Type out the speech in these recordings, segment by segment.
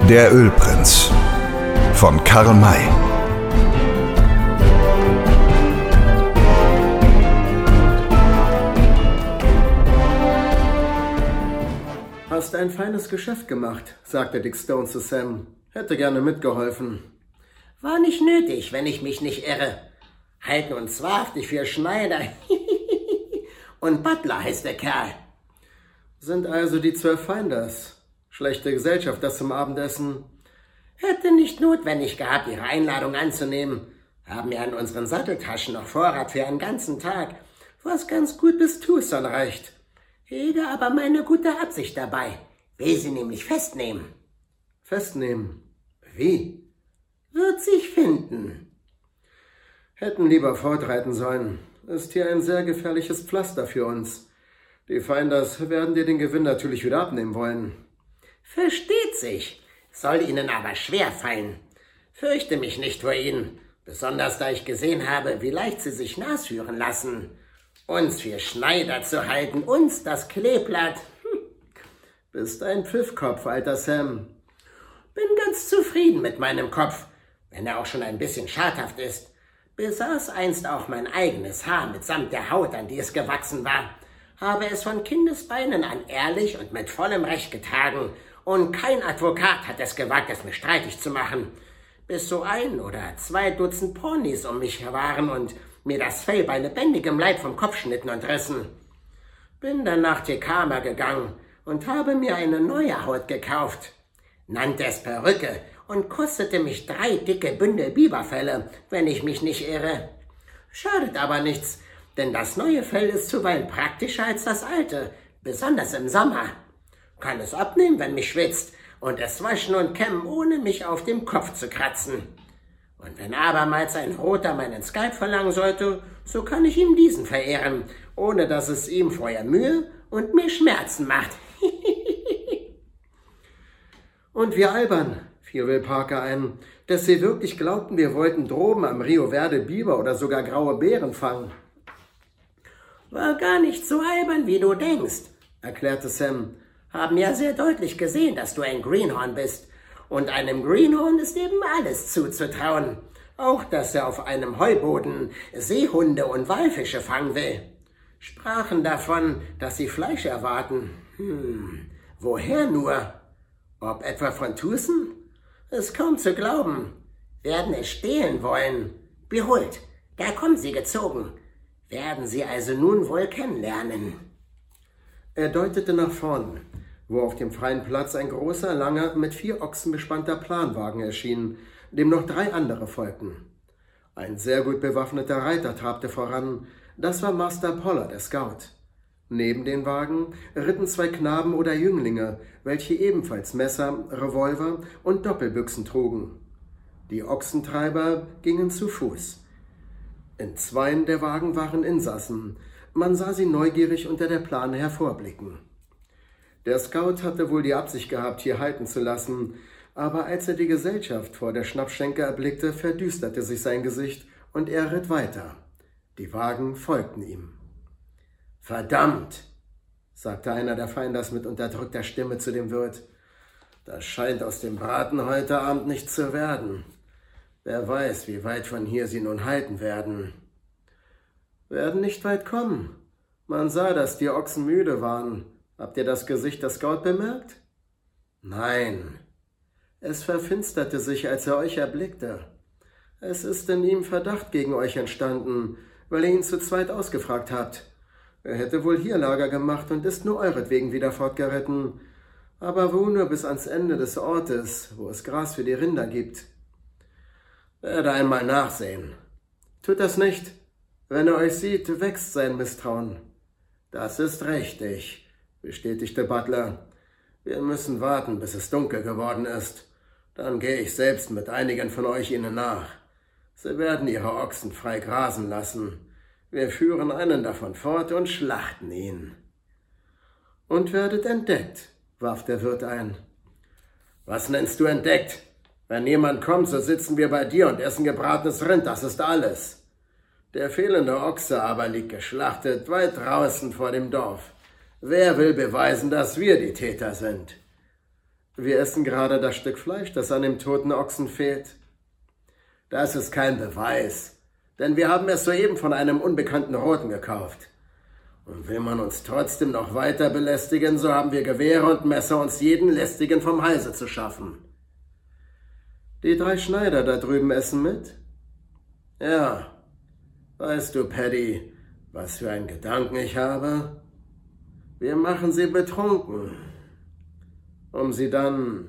Der Ölprinz von Karl May. Hast ein feines Geschäft gemacht, sagte Dick Stone zu Sam. Hätte gerne mitgeholfen. War nicht nötig, wenn ich mich nicht irre. Halten uns wahrhaftig für Schneider. Und Butler heißt der Kerl. Sind also die 12 Finders. Schlechte Gesellschaft, das zum Abendessen. Hätte nicht notwendig gehabt, Ihre Einladung anzunehmen. Haben ja in unseren Satteltaschen noch Vorrat für einen ganzen Tag, was ganz gut bis Tucson reicht. Hege aber meine gute Absicht dabei. Will sie nämlich festnehmen. Festnehmen? Wie? Wird sich finden. Hätten lieber fortreiten sollen. Ist hier ein sehr gefährliches Pflaster für uns. Die Finders werden dir den Gewinn natürlich wieder abnehmen wollen. Versteht sich. Soll Ihnen aber schwer fallen. Fürchte mich nicht vor Ihnen, besonders da ich gesehen habe, wie leicht Sie sich nasführen lassen. Uns für Schneider zu halten, uns das Kleeblatt. Bist ein Pfiffkopf, alter Sam. Bin ganz zufrieden mit meinem Kopf, wenn er auch schon ein bisschen schadhaft ist. Besaß einst auch mein eigenes Haar mitsamt der Haut, an die es gewachsen war. Habe es von Kindesbeinen an ehrlich und mit vollem Recht getragen, und kein Advokat hat es gewagt, es mir streitig zu machen. Bis so 1 oder 2 Dutzend Ponys um mich waren und mir das Fell bei lebendigem Leib vom Kopf schnitten und rissen. Bin dann nach Tecama gegangen und habe mir eine neue Haut gekauft. Nannte es Perücke und kostete mich 3 dicke Bündel Biberfelle, wenn ich mich nicht irre. Schadet aber nichts, denn das neue Fell ist zuweilen praktischer als das alte, besonders im Sommer. Kann es abnehmen, wenn mich schwitzt, und es waschen und kämmen, ohne mich auf dem Kopf zu kratzen. Und wenn abermals ein Roter meinen Skalp verlangen sollte, so kann ich ihm diesen verehren, ohne dass es ihm vorher Mühe und mir Schmerzen macht. Und wir albern, fiel Will Parker ein, dass sie wirklich glaubten, wir wollten droben am Rio Verde Biber oder sogar graue Bären fangen. War gar nicht so albern, wie du denkst, erklärte Sam. Haben ja sehr deutlich gesehen, dass du ein Greenhorn bist. Und einem Greenhorn ist eben alles zuzutrauen. Auch, dass er auf einem Heuboden Seehunde und Walfische fangen will. Sprachen davon, dass sie Fleisch erwarten. Woher nur? Ob etwa von Tucson? Ist kaum zu glauben. Werden es stehlen wollen. Behold, da kommen sie gezogen. Werden sie also nun wohl kennenlernen. Er deutete nach vorn, wo auf dem freien Platz ein großer, langer, mit 4 Ochsen bespannter Planwagen erschien, dem noch 3 andere folgten. Ein sehr gut bewaffneter Reiter trabte voran, das war Master Poller, der Scout. Neben den Wagen ritten 2 Knaben oder Jünglinge, welche ebenfalls Messer, Revolver und Doppelbüchsen trugen. Die Ochsentreiber gingen zu Fuß. In 2 der Wagen waren Insassen, man sah sie neugierig unter der Plane hervorblicken. Der Scout hatte wohl die Absicht gehabt, hier halten zu lassen, aber als er die Gesellschaft vor der Schnappschenke erblickte, verdüsterte sich sein Gesicht und er ritt weiter. Die Wagen folgten ihm. »Verdammt«, sagte einer der Finders mit unterdrückter Stimme zu dem Wirt. »Das scheint aus dem Braten heute Abend nicht zu werden. Wer weiß, wie weit von hier sie nun halten werden.« »Werden nicht weit kommen. Man sah, dass die Ochsen müde waren. Habt ihr das Gesicht des Scout bemerkt?« »Nein.« »Es verfinsterte sich, als er euch erblickte. Es ist in ihm Verdacht gegen euch entstanden, weil ihr ihn zu zweit ausgefragt habt. Er hätte wohl hier Lager gemacht und ist nur euretwegen wieder fortgeritten. Aber wo nur bis ans Ende des Ortes, wo es Gras für die Rinder gibt.« »Werde einmal nachsehen.« »Tut das nicht. Wenn er euch sieht, wächst sein Misstrauen.« »Das ist richtig«, bestätigte Butler. »Wir müssen warten, bis es dunkel geworden ist. Dann gehe ich selbst mit einigen von euch ihnen nach. Sie werden ihre Ochsen frei grasen lassen. Wir führen einen davon fort und schlachten ihn.« »Und werdet entdeckt«, warf der Wirt ein. »Was nennst du entdeckt? Wenn jemand kommt, so sitzen wir bei dir und essen gebratenes Rind, das ist alles. Der fehlende Ochse aber liegt geschlachtet weit draußen vor dem Dorf. Wer will beweisen, dass wir die Täter sind?« Wir essen gerade das Stück Fleisch, das an dem toten Ochsen fehlt. Das ist kein Beweis, denn wir haben es soeben von einem unbekannten Roten gekauft. Und will man uns trotzdem noch weiter belästigen, so haben wir Gewehre und Messer, uns jeden Lästigen vom Halse zu schaffen. Die 3 Schneider da drüben essen mit? Ja, weißt du, Paddy, was für einen Gedanken ich habe? Wir machen sie betrunken, um sie dann,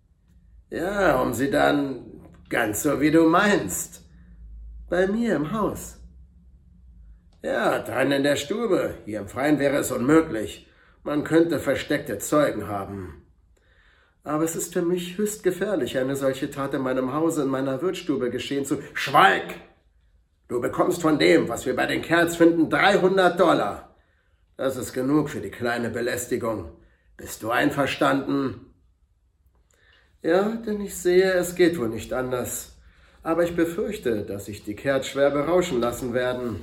ganz so wie du meinst, bei mir im Haus. Ja, dran in der Stube. Hier im Freien wäre es unmöglich. Man könnte versteckte Zeugen haben. Aber es ist für mich höchst gefährlich, eine solche Tat in meinem Hause, in meiner Wirtsstube geschehen zu... Schweig! Du bekommst von dem, was wir bei den Kerls finden, $300. Das ist genug für die kleine Belästigung. Bist du einverstanden? Ja, denn ich sehe, es geht wohl nicht anders. Aber ich befürchte, dass sich die Kerls schwer berauschen lassen werden.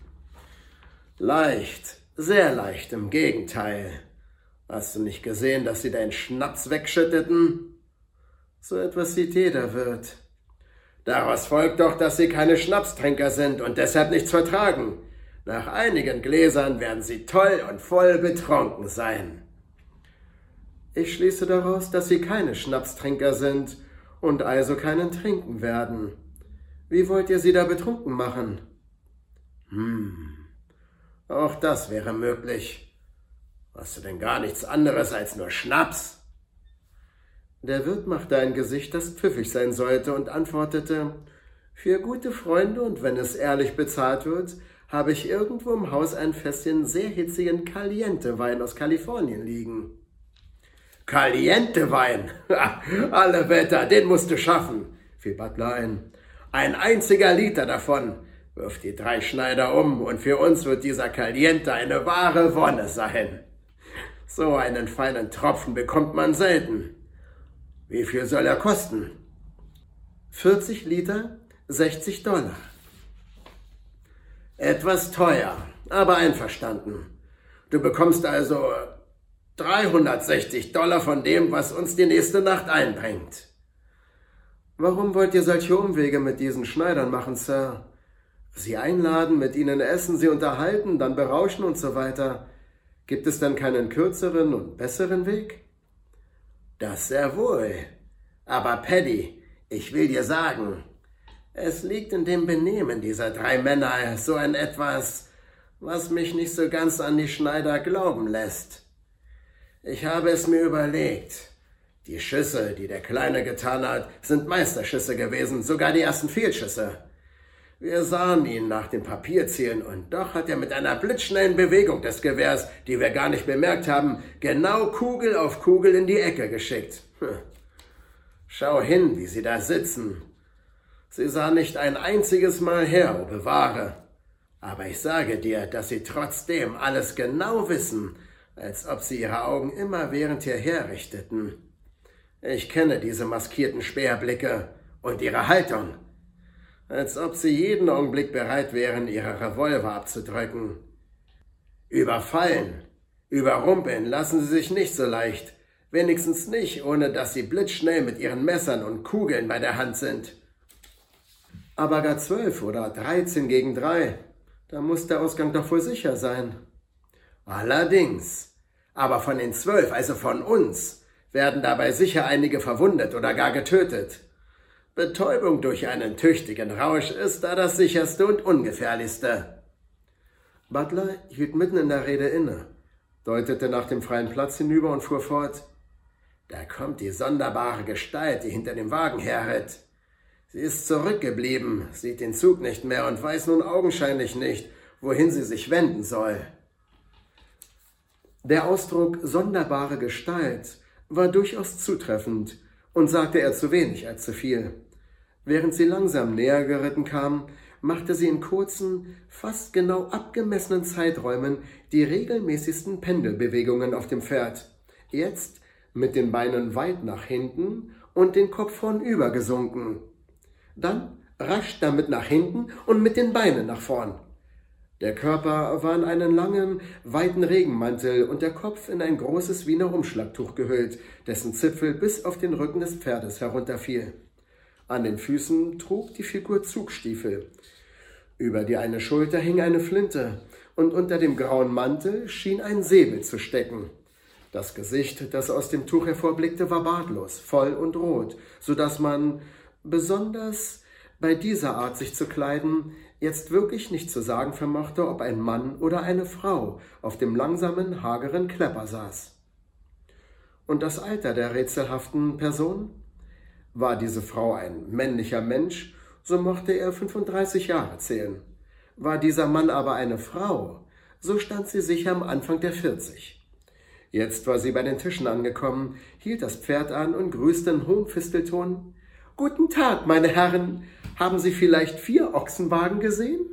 Leicht, sehr leicht, im Gegenteil. Hast du nicht gesehen, dass sie deinen Schnaps wegschütteten? So etwas sieht jeder Wirt. Daraus folgt doch, dass sie keine Schnapstrinker sind und deshalb nichts vertragen. Nach einigen Gläsern werden sie toll und voll betrunken sein. Ich schließe daraus, dass sie keine Schnapstrinker sind und also keinen trinken werden. Wie wollt ihr sie da betrunken machen? Auch das wäre möglich. Hast du denn gar nichts anderes als nur Schnaps? Der Wirt machte ein Gesicht, das pfiffig sein sollte, und antwortete: Für gute Freunde und wenn es ehrlich bezahlt wird, habe ich irgendwo im Haus ein Fässchen sehr hitzigen Caliente-Wein aus Kalifornien liegen. Caliente-Wein? Alle Wetter, den musst du schaffen, fiel Butler ein. Ein einziger Liter davon. Wirf die 3 Schneider um und für uns wird dieser Caliente eine wahre Wonne sein. So einen feinen Tropfen bekommt man selten. Wie viel soll er kosten? 40 Liter, $60. Etwas teuer, aber einverstanden. Du bekommst also $360 von dem, was uns die nächste Nacht einbringt. Warum wollt ihr solche Umwege mit diesen Schneidern machen, Sir? Sie einladen, mit ihnen essen, sie unterhalten, dann berauschen und so weiter. Gibt es dann keinen kürzeren und besseren Weg? Das sehr wohl. Aber Paddy, ich will dir sagen, es liegt in dem Benehmen dieser 3 Männer so ein etwas, was mich nicht so ganz an die Schneider glauben lässt. Ich habe es mir überlegt. Die Schüsse, die der Kleine getan hat, sind Meisterschüsse gewesen, sogar die ersten Fehlschüsse. Wir sahen ihn nach dem Papier zielen und doch hat er mit einer blitzschnellen Bewegung des Gewehrs, die wir gar nicht bemerkt haben, genau Kugel auf Kugel in die Ecke geschickt. Schau hin, wie sie da sitzen. Sie sah nicht ein einziges Mal her, oh bewahre. Aber ich sage dir, dass sie trotzdem alles genau wissen, als ob sie ihre Augen immerwährend hierher richteten. Ich kenne diese maskierten Speerblicke und ihre Haltung. Als ob sie jeden Augenblick bereit wären, ihre Revolver abzudrücken. Überfallen, überrumpeln lassen sie sich nicht so leicht, wenigstens nicht, ohne dass sie blitzschnell mit ihren Messern und Kugeln bei der Hand sind. Aber gar 12 oder 13 gegen 3, da muss der Ausgang doch wohl sicher sein. Allerdings, aber von den 12, also von uns, werden dabei sicher einige verwundet oder gar getötet. Betäubung durch einen tüchtigen Rausch ist da das sicherste und ungefährlichste. Butler hielt mitten in der Rede inne, deutete nach dem freien Platz hinüber und fuhr fort. Da kommt die sonderbare Gestalt, die hinter dem Wagen herritt. Sie ist zurückgeblieben, sieht den Zug nicht mehr und weiß nun augenscheinlich nicht, wohin sie sich wenden soll. Der Ausdruck sonderbare Gestalt war durchaus zutreffend und sagte er zu wenig als zu viel. Während sie langsam näher geritten kam, machte sie in kurzen, fast genau abgemessenen Zeiträumen die regelmäßigsten Pendelbewegungen auf dem Pferd. Jetzt mit den Beinen weit nach hinten und den Kopf vornüber gesunken. Dann rasch damit nach hinten und mit den Beinen nach vorn. Der Körper war in einen langen, weiten Regenmantel und der Kopf in ein großes Wiener Umschlagtuch gehüllt, dessen Zipfel bis auf den Rücken des Pferdes herunterfiel. An den Füßen trug die Figur Zugstiefel. Über die eine Schulter hing eine Flinte und unter dem grauen Mantel schien ein Säbel zu stecken. Das Gesicht, das aus dem Tuch hervorblickte, war bartlos, voll und rot, so dass man, besonders bei dieser Art sich zu kleiden, jetzt wirklich nicht zu sagen vermochte, ob ein Mann oder eine Frau auf dem langsamen, hageren Klepper saß. Und das Alter der rätselhaften Person? War diese Frau ein männlicher Mensch, so mochte er 35 Jahre zählen. War dieser Mann aber eine Frau, so stand sie sicher am Anfang der 40. Jetzt war sie bei den Tischen angekommen, hielt das Pferd an und grüßte in hohem Fistelton: »Guten Tag, meine Herren! Haben Sie vielleicht 4 Ochsenwagen gesehen?«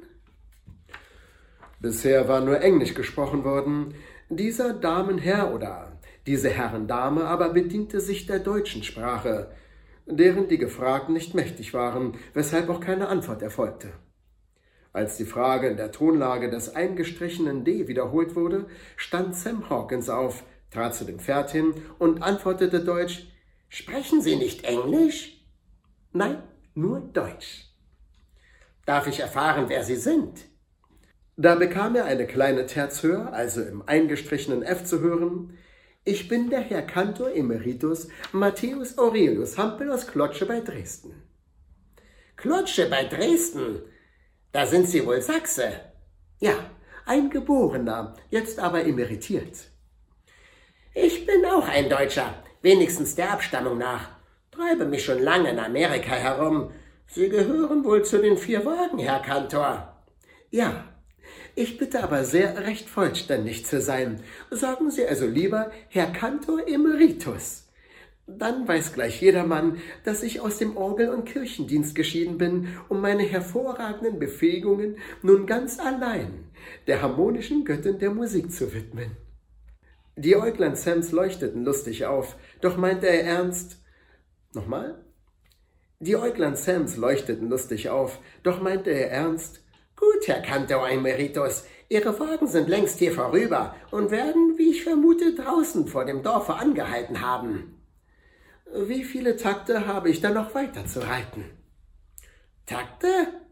Bisher war nur Englisch gesprochen worden. Dieser Damenherr oder diese Herrendame aber bediente sich der deutschen Sprache, deren die Gefragten nicht mächtig waren, weshalb auch keine Antwort erfolgte. Als die Frage in der Tonlage des eingestrichenen D wiederholt wurde, stand Sam Hawkins auf, trat zu dem Pferd hin und antwortete deutsch: »Sprechen Sie nicht Englisch?« »Nein, nur Deutsch.« »Darf ich erfahren, wer Sie sind?« Da bekam er eine kleine Terz höher, also im eingestrichenen F zu hören: »Ich bin der Herr Kantor Emeritus Matthäus Aurelius Hampel aus Klotzsche bei Dresden.« »Klotzsche bei Dresden? Da sind Sie wohl Sachse?« »Ja, ein Geborener, jetzt aber emeritiert.« »Ich bin auch ein Deutscher, wenigstens der Abstammung nach. Treibe mich schon lange in Amerika herum. Sie gehören wohl zu den 4 Wagen, Herr Kantor?« »Ja, ich bitte aber sehr, recht vollständig zu sein. Sagen Sie also lieber Herr Kantor Emeritus. Dann weiß gleich jedermann, dass ich aus dem Orgel- und Kirchendienst geschieden bin, um meine hervorragenden Befähigungen nun ganz allein der harmonischen Göttin der Musik zu widmen.« Die Äuglein Sams leuchteten lustig auf, doch meinte er ernst: »Nochmal?« Die Äuglein Sams leuchteten lustig auf, doch meinte er ernst: »Gut, Herr Kantor Emeritus, Ihre Wagen sind längst hier vorüber und werden, wie ich vermute, draußen vor dem Dorfe angehalten haben. Wie viele Takte habe ich da noch weiter zu reiten?« »Takte?«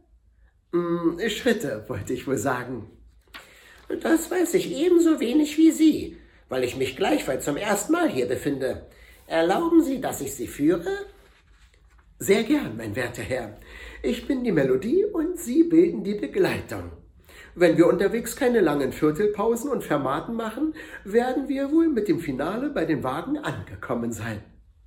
»Schritte, wollte ich wohl sagen.« »Das weiß ich ebenso wenig wie Sie, weil ich mich gleichfalls zum ersten Mal hier befinde. Erlauben Sie, dass ich Sie führe?« »Sehr gern, mein werter Herr. Ich bin die Melodie und Sie bilden die Begleitung. Wenn wir unterwegs keine langen Viertelpausen und Fermaten machen, werden wir wohl mit dem Finale bei den Wagen angekommen sein.«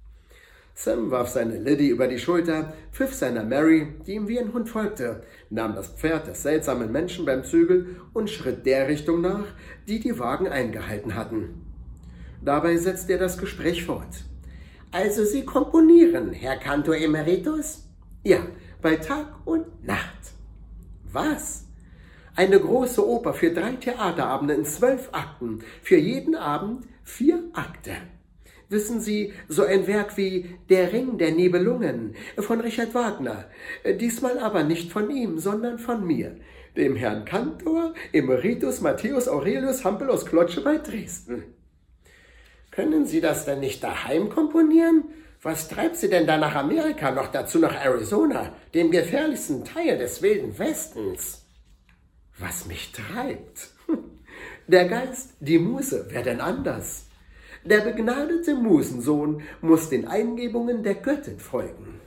Sam warf seine Liddy über die Schulter, pfiff seiner Mary, die ihm wie ein Hund folgte, nahm das Pferd des seltsamen Menschen beim Zügel und schritt der Richtung nach, die die Wagen eingehalten hatten. Dabei setzte er das Gespräch fort. »Also Sie komponieren, Herr Kantor Emeritus?« »Ja, bei Tag und Nacht.« »Was?« »Eine große Oper für 3 Theaterabende in 12 Akten, für jeden Abend 4 Akte. Wissen Sie, so ein Werk wie »Der Ring der Nibelungen« von Richard Wagner, diesmal aber nicht von ihm, sondern von mir, dem Herrn Kantor Emeritus Matthäus Aurelius Hampel aus Klotzsche bei Dresden.« »Können Sie das denn nicht daheim komponieren? Was treibt Sie denn da nach Amerika, noch dazu nach Arizona, dem gefährlichsten Teil des Wilden Westens?« »Was mich treibt? Der Geist, die Muse, wer denn anders? Der begnadete Musensohn muss den Eingebungen der Göttin folgen.«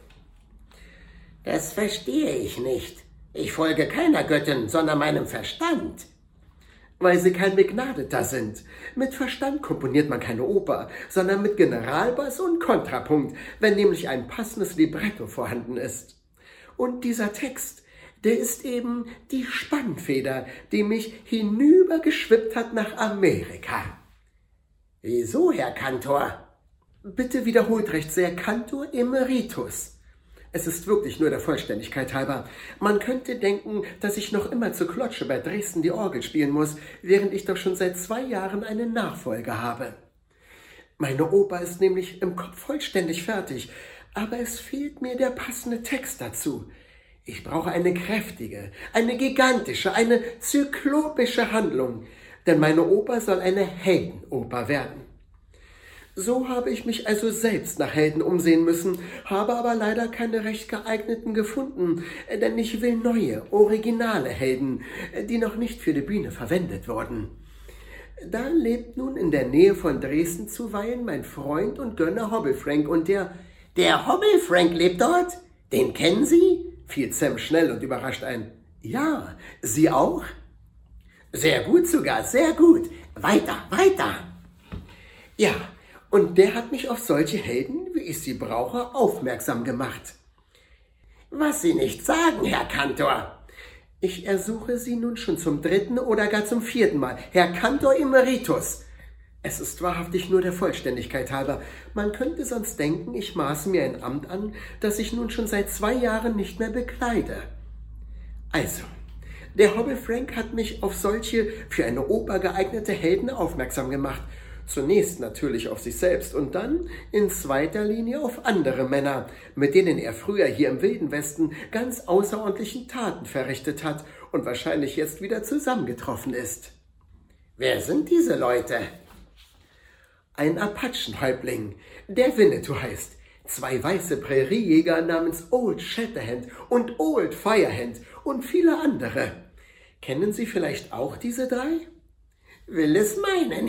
»Das verstehe ich nicht. Ich folge keiner Göttin, sondern meinem Verstand.« »Weil Sie kein Begnadeter sind. Mit Verstand komponiert man keine Oper, sondern mit Generalbass und Kontrapunkt, wenn nämlich ein passendes Libretto vorhanden ist. Und dieser Text, der ist eben die Spannfeder, die mich hinübergeschwippt hat nach Amerika.« »Wieso, Herr Kantor?« »Bitte wiederholt recht sehr, Kantor Emeritus. Es ist wirklich nur der Vollständigkeit halber. Man könnte denken, dass ich noch immer zu Klotzsche bei Dresden die Orgel spielen muss, während ich doch schon seit 2 Jahren eine Nachfolge habe. Meine Oper ist nämlich im Kopf vollständig fertig, aber es fehlt mir der passende Text dazu. Ich brauche eine kräftige, eine gigantische, eine zyklopische Handlung, denn meine Oper soll eine Heldenoper werden. So habe ich mich also selbst nach Helden umsehen müssen, habe aber leider keine recht geeigneten gefunden, denn ich will neue, originale Helden, die noch nicht für die Bühne verwendet wurden. Da lebt nun in der Nähe von Dresden zuweilen mein Freund und Gönner Hobble Frank und der Hobble Frank lebt dort? Den kennen Sie? Fiel Sam schnell und überrascht ein. Ja, Sie auch? Sehr gut sogar, sehr gut. Weiter, weiter. Ja, und der hat mich auf solche Helden, wie ich sie brauche, aufmerksam gemacht. Was Sie nicht sagen, Herr Kantor. Ich ersuche Sie nun schon zum 3. oder gar zum 4. Mal, Herr Kantor Emeritus. Es ist wahrhaftig nur der Vollständigkeit halber. Man könnte sonst denken, ich maße mir ein Amt an, das ich nun schon seit 2 Jahren nicht mehr bekleide. Also, der Hobble Frank hat mich auf solche für eine Oper geeignete Helden aufmerksam gemacht. Zunächst natürlich auf sich selbst und dann in zweiter Linie auf andere Männer, mit denen er früher hier im Wilden Westen ganz außerordentlichen Taten verrichtet hat und wahrscheinlich jetzt wieder zusammengetroffen ist. Wer sind diese Leute? Ein Apachenhäuptling, der Winnetou heißt, 2 weiße Präriejäger namens Old Shatterhand und Old Firehand und viele andere. Kennen Sie vielleicht auch diese 3? Will es meinen.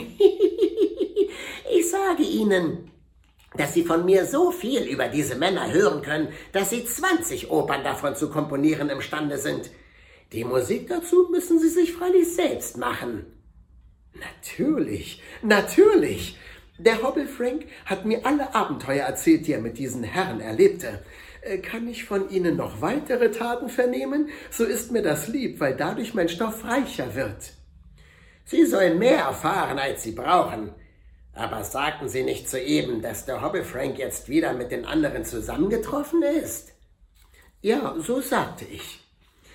Ich sage Ihnen, dass Sie von mir so viel über diese Männer hören können, dass Sie 20 Opern davon zu komponieren imstande sind. Die Musik dazu müssen Sie sich freilich selbst machen. Natürlich, natürlich. Der Hobble Frank hat mir alle Abenteuer erzählt, die er mit diesen Herren erlebte. Kann ich von Ihnen noch weitere Taten vernehmen? So ist mir das lieb, weil dadurch mein Stoff reicher wird. Sie sollen mehr erfahren, als Sie brauchen. Aber sagten Sie nicht soeben, dass der Hobble Frank jetzt wieder mit den anderen zusammengetroffen ist? Ja, so sagte ich.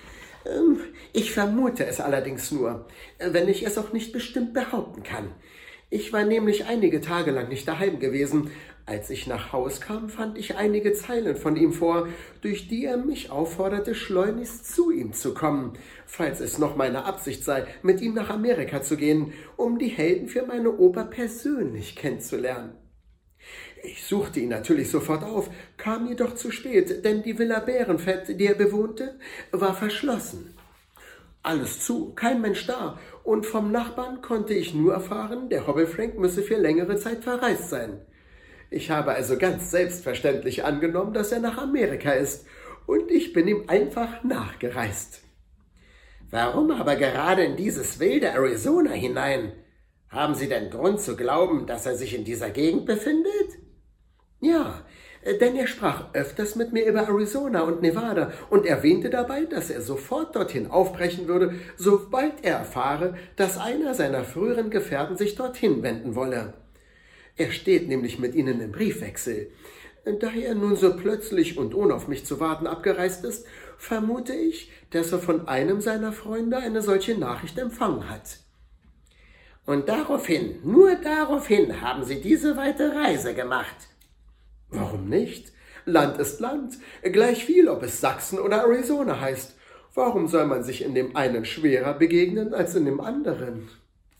Ich vermute es allerdings nur, wenn ich es auch nicht bestimmt behaupten kann. Ich war nämlich einige Tage lang nicht daheim gewesen. Als ich nach Haus kam, fand ich einige Zeilen von ihm vor, durch die er mich aufforderte, schleunigst zu ihm zu kommen, falls es noch meine Absicht sei, mit ihm nach Amerika zu gehen, um die Helden für meine Oper persönlich kennenzulernen. Ich suchte ihn natürlich sofort auf, kam jedoch zu spät, denn die Villa Bärenfett, die er bewohnte, war verschlossen. Alles zu, kein Mensch da, und vom Nachbarn konnte ich nur erfahren, der Hobble Frank müsse für längere Zeit verreist sein. Ich habe also ganz selbstverständlich angenommen, dass er nach Amerika ist, und ich bin ihm einfach nachgereist. Warum aber gerade in dieses wilde Arizona hinein? Haben Sie denn Grund zu glauben, dass er sich in dieser Gegend befindet? Ja, denn er sprach öfters mit mir über Arizona und Nevada und erwähnte dabei, dass er sofort dorthin aufbrechen würde, sobald er erfahre, dass einer seiner früheren Gefährten sich dorthin wenden wolle. Er steht nämlich mit ihnen im Briefwechsel. Da er nun so plötzlich und ohne auf mich zu warten abgereist ist, vermute ich, dass er von einem seiner Freunde eine solche Nachricht empfangen hat. Und daraufhin, nur daraufhin, haben Sie diese weite Reise gemacht. Warum nicht? Land ist Land, gleich viel, ob es Sachsen oder Arizona heißt. Warum soll man sich in dem einen schwerer begegnen als in dem anderen?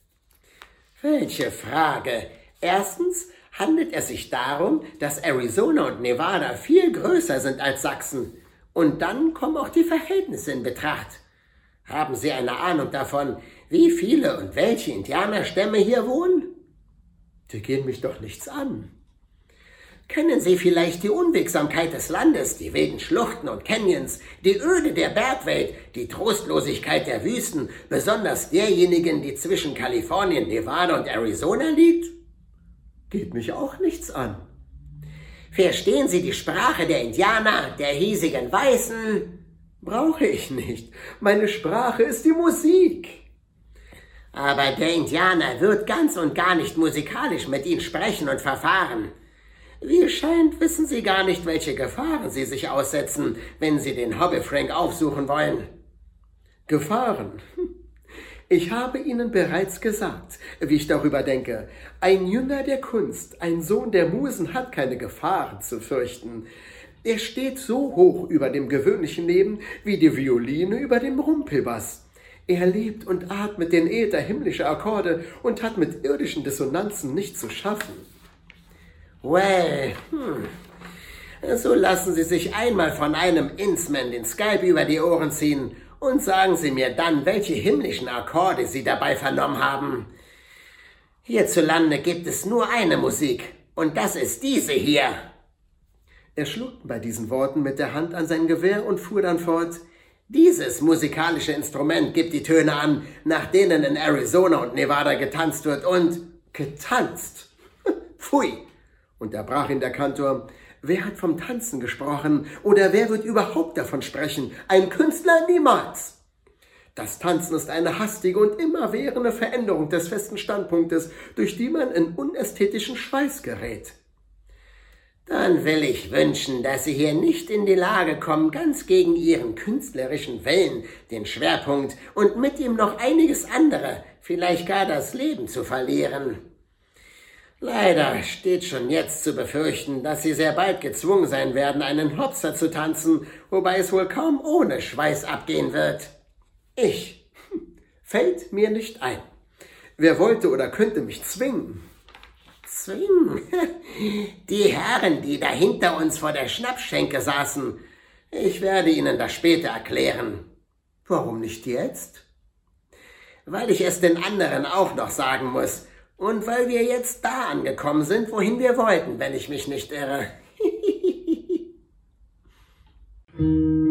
Welche Frage! Erstens handelt es sich darum, dass Arizona und Nevada viel größer sind als Sachsen. Und dann kommen auch die Verhältnisse in Betracht. Haben Sie eine Ahnung davon, wie viele und welche Indianerstämme hier wohnen? Die gehen mich doch nichts an. Kennen Sie vielleicht die Unwegsamkeit des Landes, die wilden Schluchten und Canyons, die Öde der Bergwelt, die Trostlosigkeit der Wüsten, besonders derjenigen, die zwischen Kalifornien, Nevada und Arizona liegt? Geht mich auch nichts an. Verstehen Sie die Sprache der Indianer, der hiesigen Weißen? Brauche ich nicht. Meine Sprache ist die Musik. Aber der Indianer wird ganz und gar nicht musikalisch mit Ihnen sprechen und verfahren. Wie es scheint, wissen Sie gar nicht, welche Gefahren Sie sich aussetzen, wenn Sie den Hobble Frank aufsuchen wollen. Gefahren? Ich habe Ihnen bereits gesagt, wie ich darüber denke. Ein Jünger der Kunst, ein Sohn der Musen hat keine Gefahren zu fürchten. Er steht so hoch über dem gewöhnlichen Leben wie die Violine über dem Rumpelbass. Er lebt und atmet den Äther himmlischer Akkorde und hat mit irdischen Dissonanzen nichts zu schaffen. Well, so lassen Sie sich einmal von einem Innsman den Skype über die Ohren ziehen und sagen Sie mir dann, welche himmlischen Akkorde Sie dabei vernommen haben. Hierzulande gibt es nur eine Musik, und das ist diese hier. Er schlug bei diesen Worten mit der Hand an sein Gewehr und fuhr dann fort: Dieses musikalische Instrument gibt die Töne an, nach denen in Arizona und Nevada getanzt wird und... Getanzt? Pfui! Unterbrach ihn der Kantor. Wer hat vom Tanzen gesprochen oder wer wird überhaupt davon sprechen? Ein Künstler niemals! Das Tanzen ist eine hastige und immerwährende Veränderung des festen Standpunktes, durch die man in unästhetischen Schweiß gerät. Dann will ich wünschen, dass Sie hier nicht in die Lage kommen, ganz gegen Ihren künstlerischen Willen den Schwerpunkt und mit ihm noch einiges andere, vielleicht gar das Leben zu verlieren. Leider steht schon jetzt zu befürchten, dass Sie sehr bald gezwungen sein werden, einen Hopser zu tanzen, wobei es wohl kaum ohne Schweiß abgehen wird. Fällt mir nicht ein. Wer wollte oder könnte mich zwingen? Zwingen? Die Herren, die da hinter uns vor der Schnapsschenke saßen. Ich werde Ihnen das später erklären. Warum nicht jetzt? Weil ich es den anderen auch noch sagen muss. Und weil wir jetzt da angekommen sind, wohin wir wollten, wenn ich mich nicht irre.